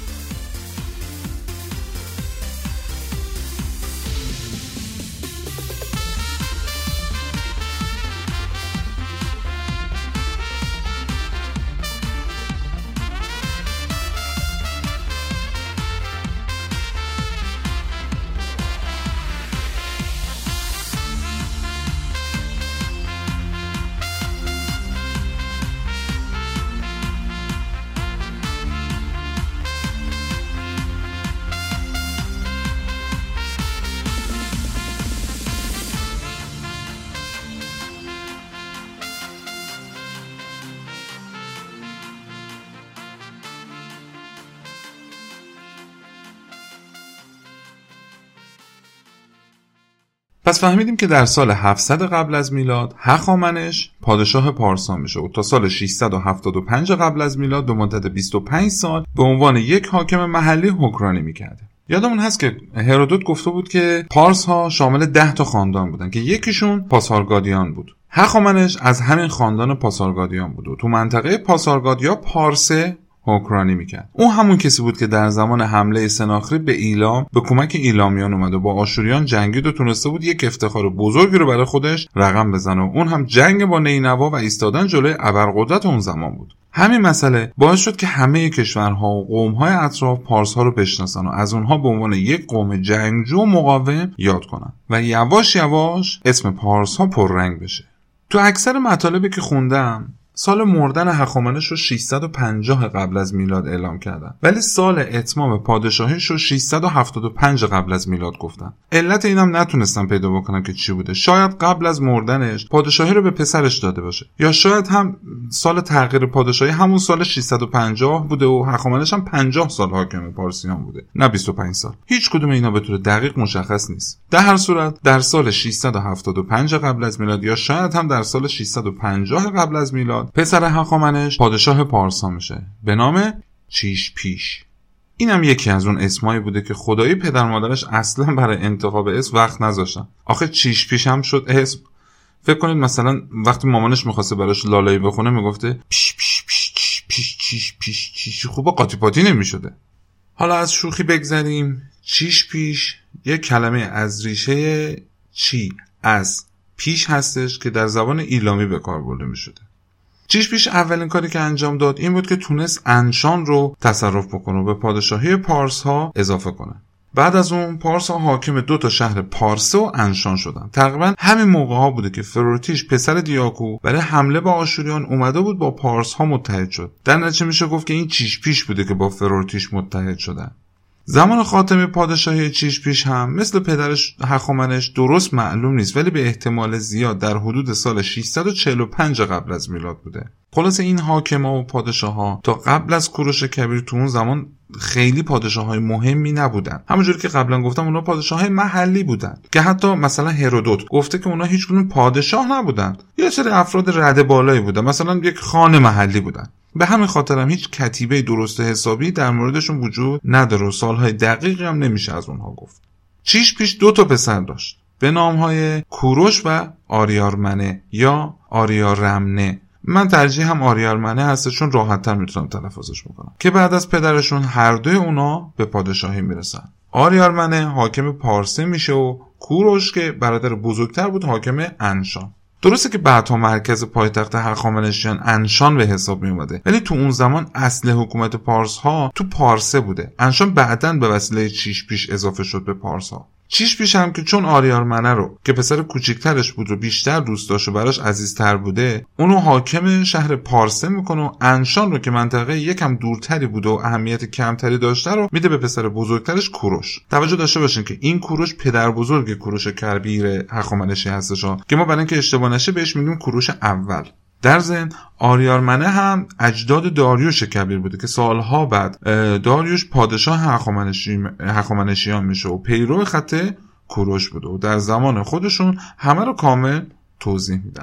پس فهمیدیم که در سال 700 قبل از میلاد هخامنش پادشاه پارسان میشه و تا سال 675 قبل از میلاد به مدت 25 سال به عنوان یک حاکم محلی حکمرانی میکرده. یادمون هست که هرودوت گفته بود که پارس ها شامل 10 خاندان بودن که یکیشون پاسارگادیان بود. هخامنش از همین خاندان پاسارگادیان بود و تو منطقه پاسارگادیا پارسه حکمرانی میکرد. او همون کسی بود که در زمان حمله سناخریب به ایلام به کمک ایلامیان اومد و با آشوریان جنگید و تونسته بود یک افتخار بزرگی رو برای خودش رقم بزنه و اون هم جنگ با نینوا و ایستادن جلوی ابرقدرت اون زمان بود. همین مسئله باعث شد که همه کشورها و قوم‌های اطراف پارس‌ها رو بشناسن و از اونها به عنوان یک قوم جنگجو و مقاوم یاد کنن و یواش یواش اسم پارس‌ها پررنگ بشه. تو اکثر مطالبی که خوندم سال مردن هخامنش رو 650 قبل از میلاد اعلام کردن، ولی سال اتمام پادشاهیش رو 675 قبل از میلاد گفتن. علت اینم نتونستم پیدا بکنم که چی بوده. شاید قبل از مردنش پادشاهی رو به پسرش داده باشه، یا شاید هم سال تغییر پادشاهی همون سال 650 بوده و هخامنش هم 50 سال حاکم پارسیان بوده، نه 25 سال. هیچ کدوم اینا به طور دقیق مشخص نیست. در هر صورت در سال 675 قبل از میلاد یا شاید هم در سال 650 قبل از میلاد پسر هخامنش پادشاه پارسا میشه به نام چیش پیش. اینم یکی از اون اسمایی بوده که خدایی پدر مادرش اصلا برای انتخاب اسم وقت نذاشتن. آخه چیش پیش هم شد اسم. فکر کنید مثلا وقتی مامانش میخواسته براش لالایی بخونه میگفته پیش پیش پیش پیش چیش پیش چیش، خوبه قاطی پاتی نمیشده. حالا از شوخی بگذریم. چیش پیش یک کلمه از ریشه چی از پیش هستش که در زبان ایلامی به کار برده میشده. چیش پیش اولین کاری که انجام داد این بود که تونست انشان رو تصرف بکنه و به پادشاهی پارس ها اضافه کنه. بعد از اون پارس ها حاکم 2 شهر پارسه و انشان شدن. تقریبا همین موقع ها بوده که فروتیش پسر دیاکو برای حمله به آشوریان اومده بود با پارس ها متحد شد. در نتیجه میشه گفت که این چیش پیش بوده که با فروتیش متحد شدن. زمان خاتمه پادشاهی چیش پیش هم مثل پدرش هخامنش درست معلوم نیست، ولی به احتمال زیاد در حدود سال 645 قبل از میلاد بوده. خلاص این حاکما و پادشاها تا قبل از کوروش کبیر تو اون زمان خیلی پادشاهای مهمی نبودن. همونجوری که قبلا گفتم اونا پادشاهای محلی بودن که حتی مثلا هرودوت گفته که اونا هیچ کدوم پادشاه نبودن، یه سری افراد رده بالایی بودن، مثلا یک خان محلی بودن. به همین خاطرم هیچ کتیبه درست حسابی در موردشون وجود نداره و سالهای دقیقی هم نمیشه از اونها گفت. چیش پیش 2 پسر داشت به نامهای کوروش و آریارمنه یا آریارمنه. من ترجیح هم آریارمنه هست چون راحت‌تر میتونم تلفظش بکنم، که بعد از پدرشون هر دوی اونا به پادشاهی میرسن. آریارمنه حاکم پارسه میشه و کوروش که برادر بزرگتر بود حاکم انشان. درسته که بعدها مرکز پایتخت هخامنشیان انشان به حساب می اومده، ولی تو اون زمان اصل حکومت پارس ها تو پارسه بوده. انشان بعداً به وسیله چیش پیش اضافه شد به پارس ها. چیش پیش هم که چون آریارمنه رو که پسر کوچیکترش بود رو بیشتر دوست داشت و براش عزیزتر بوده، اونو حاکم شهر پارسه میکنه و انشان رو که منطقه یکم دورتری بوده و اهمیت کمتری داشته رو میده به پسر بزرگترش کوروش. توجه داشته باشین که این کوروش پدر بزرگ کوروش کبیر هخامنشی هستش که ما برای اینکه اشتباه نشه بهش میگیم کوروش اول. در ضمن آریارمنه هم اجداد داریوش کبیر بوده که سالها بعد داریوش پادشاه هخامنشیان میشه و پیرو خط کوروش بوده و در زمان خودشون همه رو کامل توضیح میدن.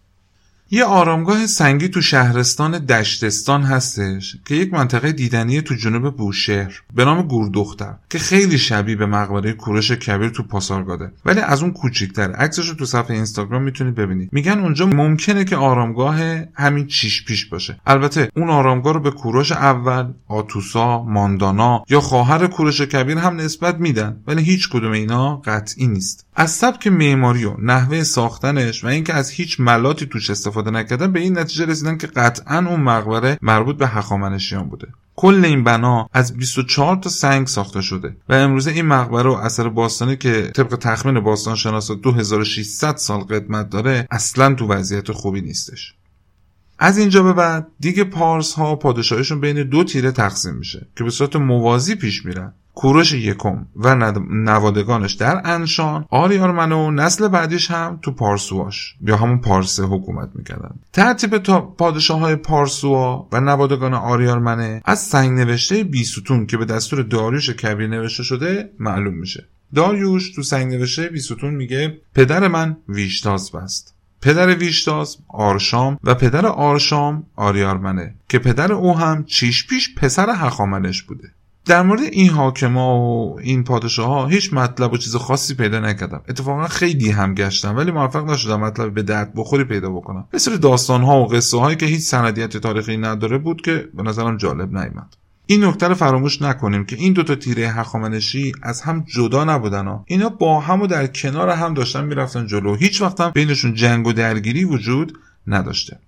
یه آرامگاه سنگی تو شهرستان دشتستان هستش که یک منطقه دیدنی تو جنوب بوشهر به نام گوردختر که خیلی شبیه به مقبره کوروش کبیر تو پاسارگاده، ولی از اون کوچیک‌تره. عکسش رو تو صفحه اینستاگرام میتونید ببینید. میگن اونجا ممکنه که آرامگاه همین چیش پیش باشه. البته اون آرامگاه رو به کوروش اول، آتوسا، ماندانا یا خواهر کوروش کبیر هم نسبت میدن، ولی هیچ کدوم اینا قطعی نیست. از سبک معماری و نحوه ساختنش و اینکه از هیچ ملاتی توش استفاده نکردن به این نتیجه رسیدن که قطعاً اون مقبره مربوط به هخامنشیان بوده. کل این بنا از 24 سنگ ساخته شده و امروزه این مقبره و اثر باستانی که طبق تخمین باستانشناسا 2600 سال قدمت داره اصلاً تو وضعیت خوبی نیستش. از اینجا به بعد دیگه پارس ها پادشاهیشون بین 2 تیره تقسیم میشه که به صورت موازی پیش میرن. کوروش یکم و نوادگانش در انشان، آریارمنه و نسل بعدیش هم تو پارسواش یا همون پارسه حکومت میکردن. ترتیب پادشاه‌های پارسوا و نوادگان آریارمنه از سنگ نوشته بیستون که به دستور داریوش کبیر نوشته شده معلوم میشه. داریوش تو سنگ نوشته بیستون میگه پدر من ویشتاز بست، پدر ویشتاز آرشام و پدر آرشام آریارمنه که پدر او هم چیش پیش پسر هخامنش بوده. در مورد این حاکما و این پادشاها هیچ مطلب و چیز خاصی پیدا نکردم. اتفاقا خیلی هم گشتم ولی موفق نشدم مطلب به درد بخوری پیدا بکنم. به صورت داستان‌ها و قصه هایی که هیچ سندیت تاریخی نداره بود که به نظرم جالب نیامد. این نکته رو فراموش نکنیم که این دوتا تیره هخامنشی از هم جدا نبودن. اینا با هم و در کنار هم داشتن میرفتن جلو. هیچ وقت هم بینشون جنگ و درگیری وجود نداشته.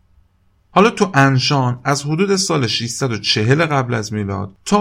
حالا تو انشان از حدود سال 640 قبل از میلاد تا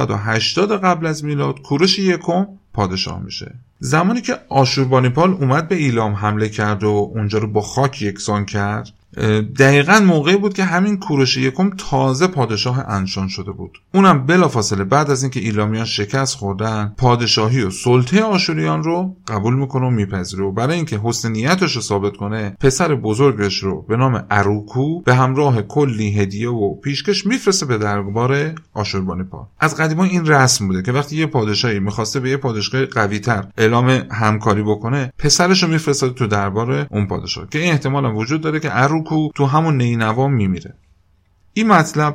580 قبل از میلاد کوروش یکم پادشاه میشه. زمانی که آشوربانیپال اومد به ایلام حمله کرد و اونجا رو با خاک یکسان کرد، دقیقاً موقعی بود که همین کوروش یکم تازه پادشاه انشان شده بود. اونم بلافاصله بعد از اینکه ایلامیان شکست خوردن پادشاهی و سلطه آشوریان رو قبول میکنه و میپذیره و برای اینکه حسن نیتش رو ثابت کنه پسر بزرگش رو به نام اروکو به همراه کلی هدیه و پیشکش میفرسته به دربار آشوربانیپال. از قدیما این رسم بوده که وقتی یه پادشاهی میخواسته به یه پادشاه قوی‌تر اعلام همکاری بکنه پسرش رو میفرسته تو دربار اون پادشاه که این احتمال هم وجود داره که اروکو تو همون نینوا میمیره. این مطلب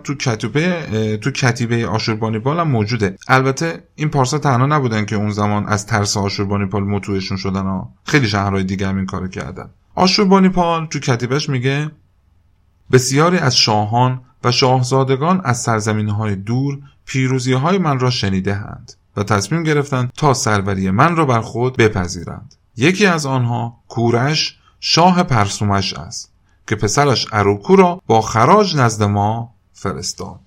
تو کتیبه آشوربانیپال هم موجوده. البته این پارسا تنها نبودن که اون زمان از ترس آشوربانیپال متوجهشون شدن ها. خیلی شهرهای دیگه هم این کارو کردن. آشوربانیپال تو کتیبهش میگه بسیاری از شاهان و شاهزادگان از سرزمین‌های دور پیروزی‌های من را شنیده‌اند و تصمیم گرفتند تا سروری من را بر خود بپذیرند. یکی از آنها کورش شاه پرسومش است که پسرش اروکو را با خراج نزد ما فرستاد.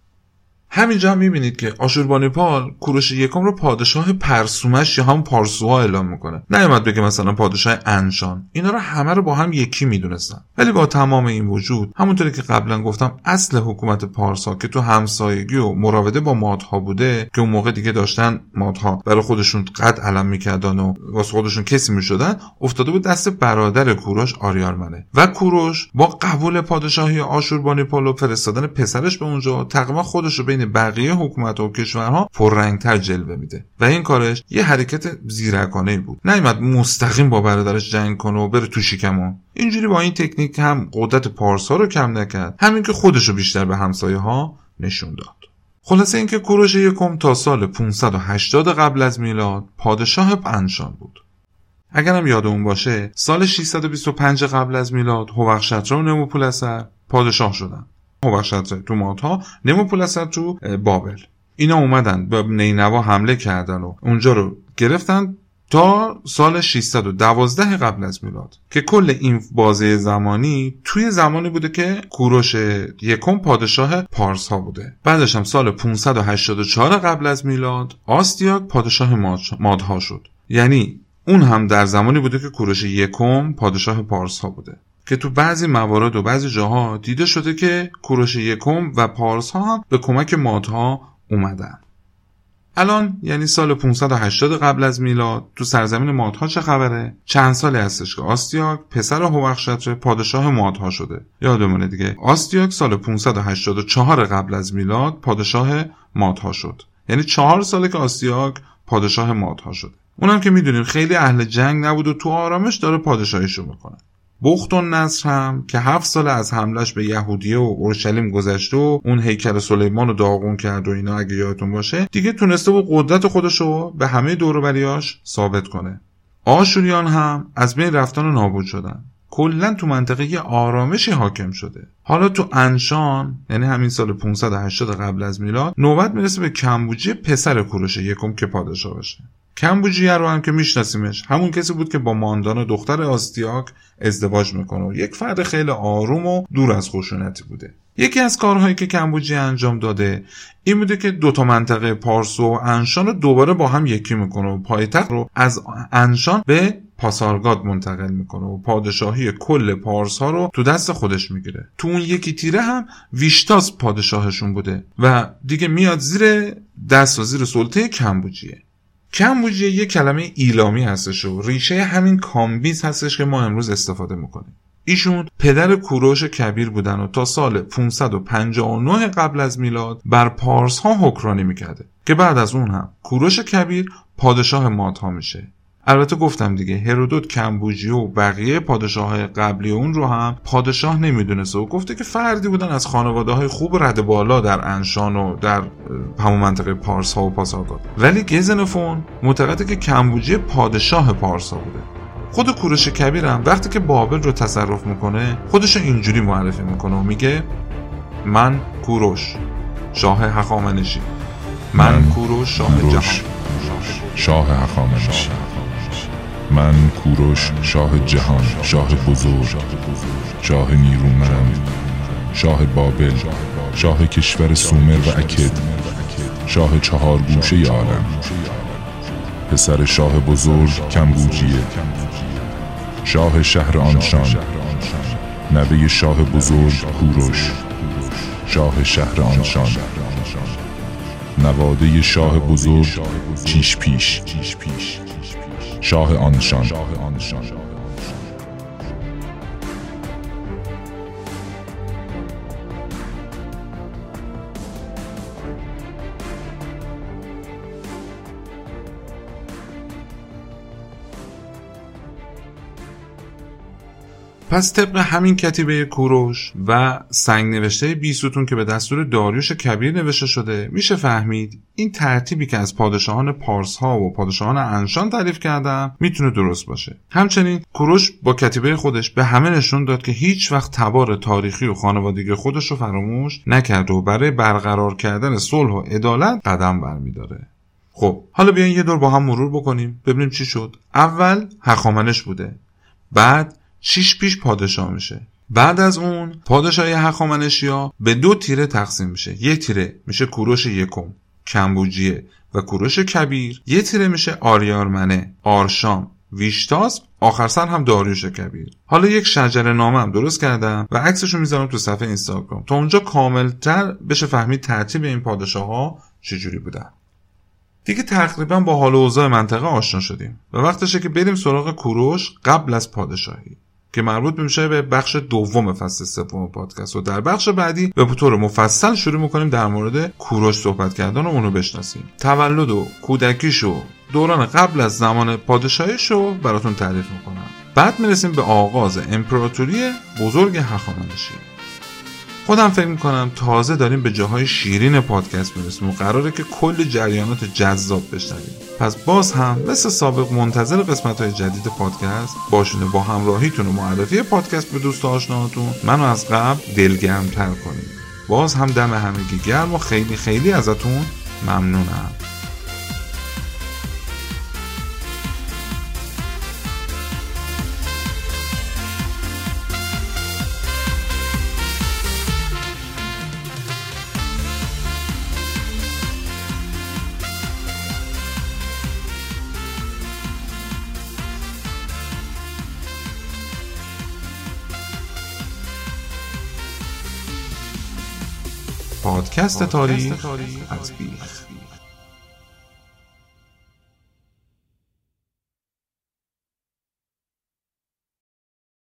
همینجا هم میبینید که آشوربانیپال کوروش یکم رو پادشاه پرسومش یا هم پارسوها اعلام میکنه. نیامد بگه مثلا پادشاه انشان. اینا رو همه رو با هم یکی میدونستن. ولی با تمام این وجود همونطوری که قبلا گفتم اصل حکومت پارسا که تو همسایگی و مراوده با مادها بوده که اون موقع دیگه داشتن مادها برای خودشون قد علم میکردن و واسه خودشون کسی میشدن، افتاده بود دست برادر کوروش آریارمنه و کوروش با قبول پادشاهی آشوربانیپال و فرستادن پسرش به اونجا تقریبا خودش رو بین بقیه حکومت و کشورها پررنگتر جلوه میده و این کارش یه حرکت زیرکانه‌ای بود. نیامد مستقیم با برادرش جنگ کنه و بره تو شکمون. اینجوری با این تکنیک هم قدرت پارسا رو کم نکرد، همین که خودش رو بیشتر به همسایه ها نشون داد. خلاصه اینکه کوروش یکم تا سال 580 قبل از میلاد پادشاه انشان بود. اگرم یادمون باشه سال 625 قبل از میلاد هوخشتر و نموپولسر پادشاه شدن. هوخشتر تو مادها، نموپولسر تو بابل. اینا اومدن به نینوا حمله کردن و اونجا رو گرفتن تا سال 612 قبل از میلاد که کل این بازه زمانی توی زمانی بوده که کوروش یکم پادشاه پارس ها بوده. بعدش هم سال 584 قبل از میلاد آستیاک پادشاه مادها شد. یعنی اون هم در زمانی بوده که کوروش یکم پادشاه پارس ها بوده که تو بعضی موارد و بعضی جاها دیده شده که کوروش یکم و پارس ها هم به کمک مادها اومدن. الان یعنی سال 580 قبل از میلاد تو سرزمین مادها چه خبره؟ چند سالی هستش که آستیاک پسر هوخشتر پادشاه مادها شده. یادمونه دیگه آستیاک سال 584 قبل از میلاد پادشاه مادها شد. یعنی 4 ساله که آستیاک پادشاه مادها شده. اونم که میدونیم خیلی اهل جنگ نبود و تو آرامش داره پادشاهیشو میکنه. بخت‌النصر هم که 7 سال از حملش به یهودیه و اورشلیم گذشته و اون هیکل سلیمان رو داغون کرد و اینا اگه یادتون باشه دیگه تونسته بود قدرت خودشو به همه دور و بریاش ثابت کنه. آشوریان هم از بین رفتن و نابود شدن. کلا تو منطقه یه آرامشی حاکم شده. حالا تو انشان یعنی همین سال 580 قبل از میلاد نوبت میرسه به کمبوجی پسر کوروش یکم که پادشاه بشه. کمبوجیه رو هم که میشناسیمش همون کسی بود که با ماندانا دختر آستیاک ازدواج میکنه و یک فرد خیلی آروم و دور از خشونتی بوده. یکی از کارهایی که کمبوجیه انجام داده این بوده که 2 منطقه پارس و انشان رو دوباره با هم یکی میکنه و پایتخت رو از انشان به پاسارگاد منتقل میکنه و پادشاهی کل پارس ها رو تو دست خودش میگیره. تو اون یکی تیره هم ویشتاس پادشاهشون بوده و دیگه میاد زیر دست و زیر سلطه کمبوجیه. کمبوجیه یک کلمه ایلامی هستش و ریشه همین کامبیز هستش که ما امروز استفاده میکنیم. ایشون پدر کوروش کبیر بودن و تا سال 559 قبل از میلاد بر پارس ها حکمرانی میکرده که بعد از اون هم کوروش کبیر پادشاه مادها میشه. البته گفتم دیگه هرودوت کمبوجیه و بقیه پادشاه‌های قبلی اون رو هم پادشاه نمیدونسته و گفته که فردی بودن از خانواده‌های خوب رده بالا در انشان و در همون منطقه پارس ها و پاسارگاد. ولی گزنفون معتقده که کمبوجیه پادشاه پارس ها بوده. خود کوروش کبیر هم وقتی که بابل رو تصرف میکنه خودش اینجوری معرفی میکنه و میگه من کوروش شاه هخامنشی، من کوروش شاه جهان، شاه هخامنشی، من کوروش شاه جهان، شاه بزرگ، شاه نیرومند، شاه بابل، شاه کشور سومر و اکد، شاه 4 گوشه عالم، پسر شاه بزرگ کمبوجیه، شاه شهر آنشان، نوه شاه بزرگ کوروش، شاه شهر آنشان، نواده شاه بزرگ چیش پیش، شاه آنشان. پس طبق همین کتیبه کوروش و سنگ نوشته بیستون که به دستور داریوش کبیر نوشته شده میشه فهمید این ترتیبی که از پادشاهان پارس ها و پادشاهان انشان تعریف کردم میتونه درست باشه. همچنین کوروش با کتیبه خودش به همه نشون داد که هیچ وقت تبار تاریخی و خانوادگی خودش رو فراموش نکرد و برای برقرار کردن صلح و عدالت قدم برمیداره. خب حالا بیاین یه دور با هم مرور بکنیم ببینیم چی شد. اول هخامنش بوده، بعد چیش پیش پادشاه میشه، بعد از اون پادشاهی هخامنشی‌ها به 2 تیره تقسیم میشه. یک تیره میشه کوروش یکم کمبوجیه و کوروش کبیر، یک تیره میشه آریارمنه، آرشام، ویشتاس، آخر سر هم داریوش کبیر. حالا یک شجره نامه هم درست کردم و عکسشو میذارم تو صفحه اینستاگرام تا اونجا کاملتر بشه فهمید ترتیب این پادشاه‌ها چجوری بودن. دیگه تقریبا با حال و اوضاع منطقه آشنا شدیم و وقتشه که بریم سراغ کوروش قبل از پادشاهی که مربوط میشه به بخش دوم فصل 3 پادکست و در بخش بعدی به طور مفصل شروع میکنیم در مورد کوروش صحبت کردن و اونو بشناسیم. تولد و کودکیش و دوران قبل از زمان پادشاهیش رو براتون تعریف میکنم. بعد میرسیم به آغاز امپراتوری بزرگ هخامنشی. خودم فکر میکنم تازه داریم به جاهای شیرین پادکست میرسیم و قراره که کل جریانات جذاب بشنویم. پس باز هم مثل سابق منتظر قسمت‌های جدید پادکست باشونه با همراهیتون و معرفی پادکست به دوست آشناهاتون منو از قبل دلگرم‌تر کنید. باز هم دم همگی گرم و خیلی خیلی ازتون ممنونم. پادکست تاریخ از بیخ.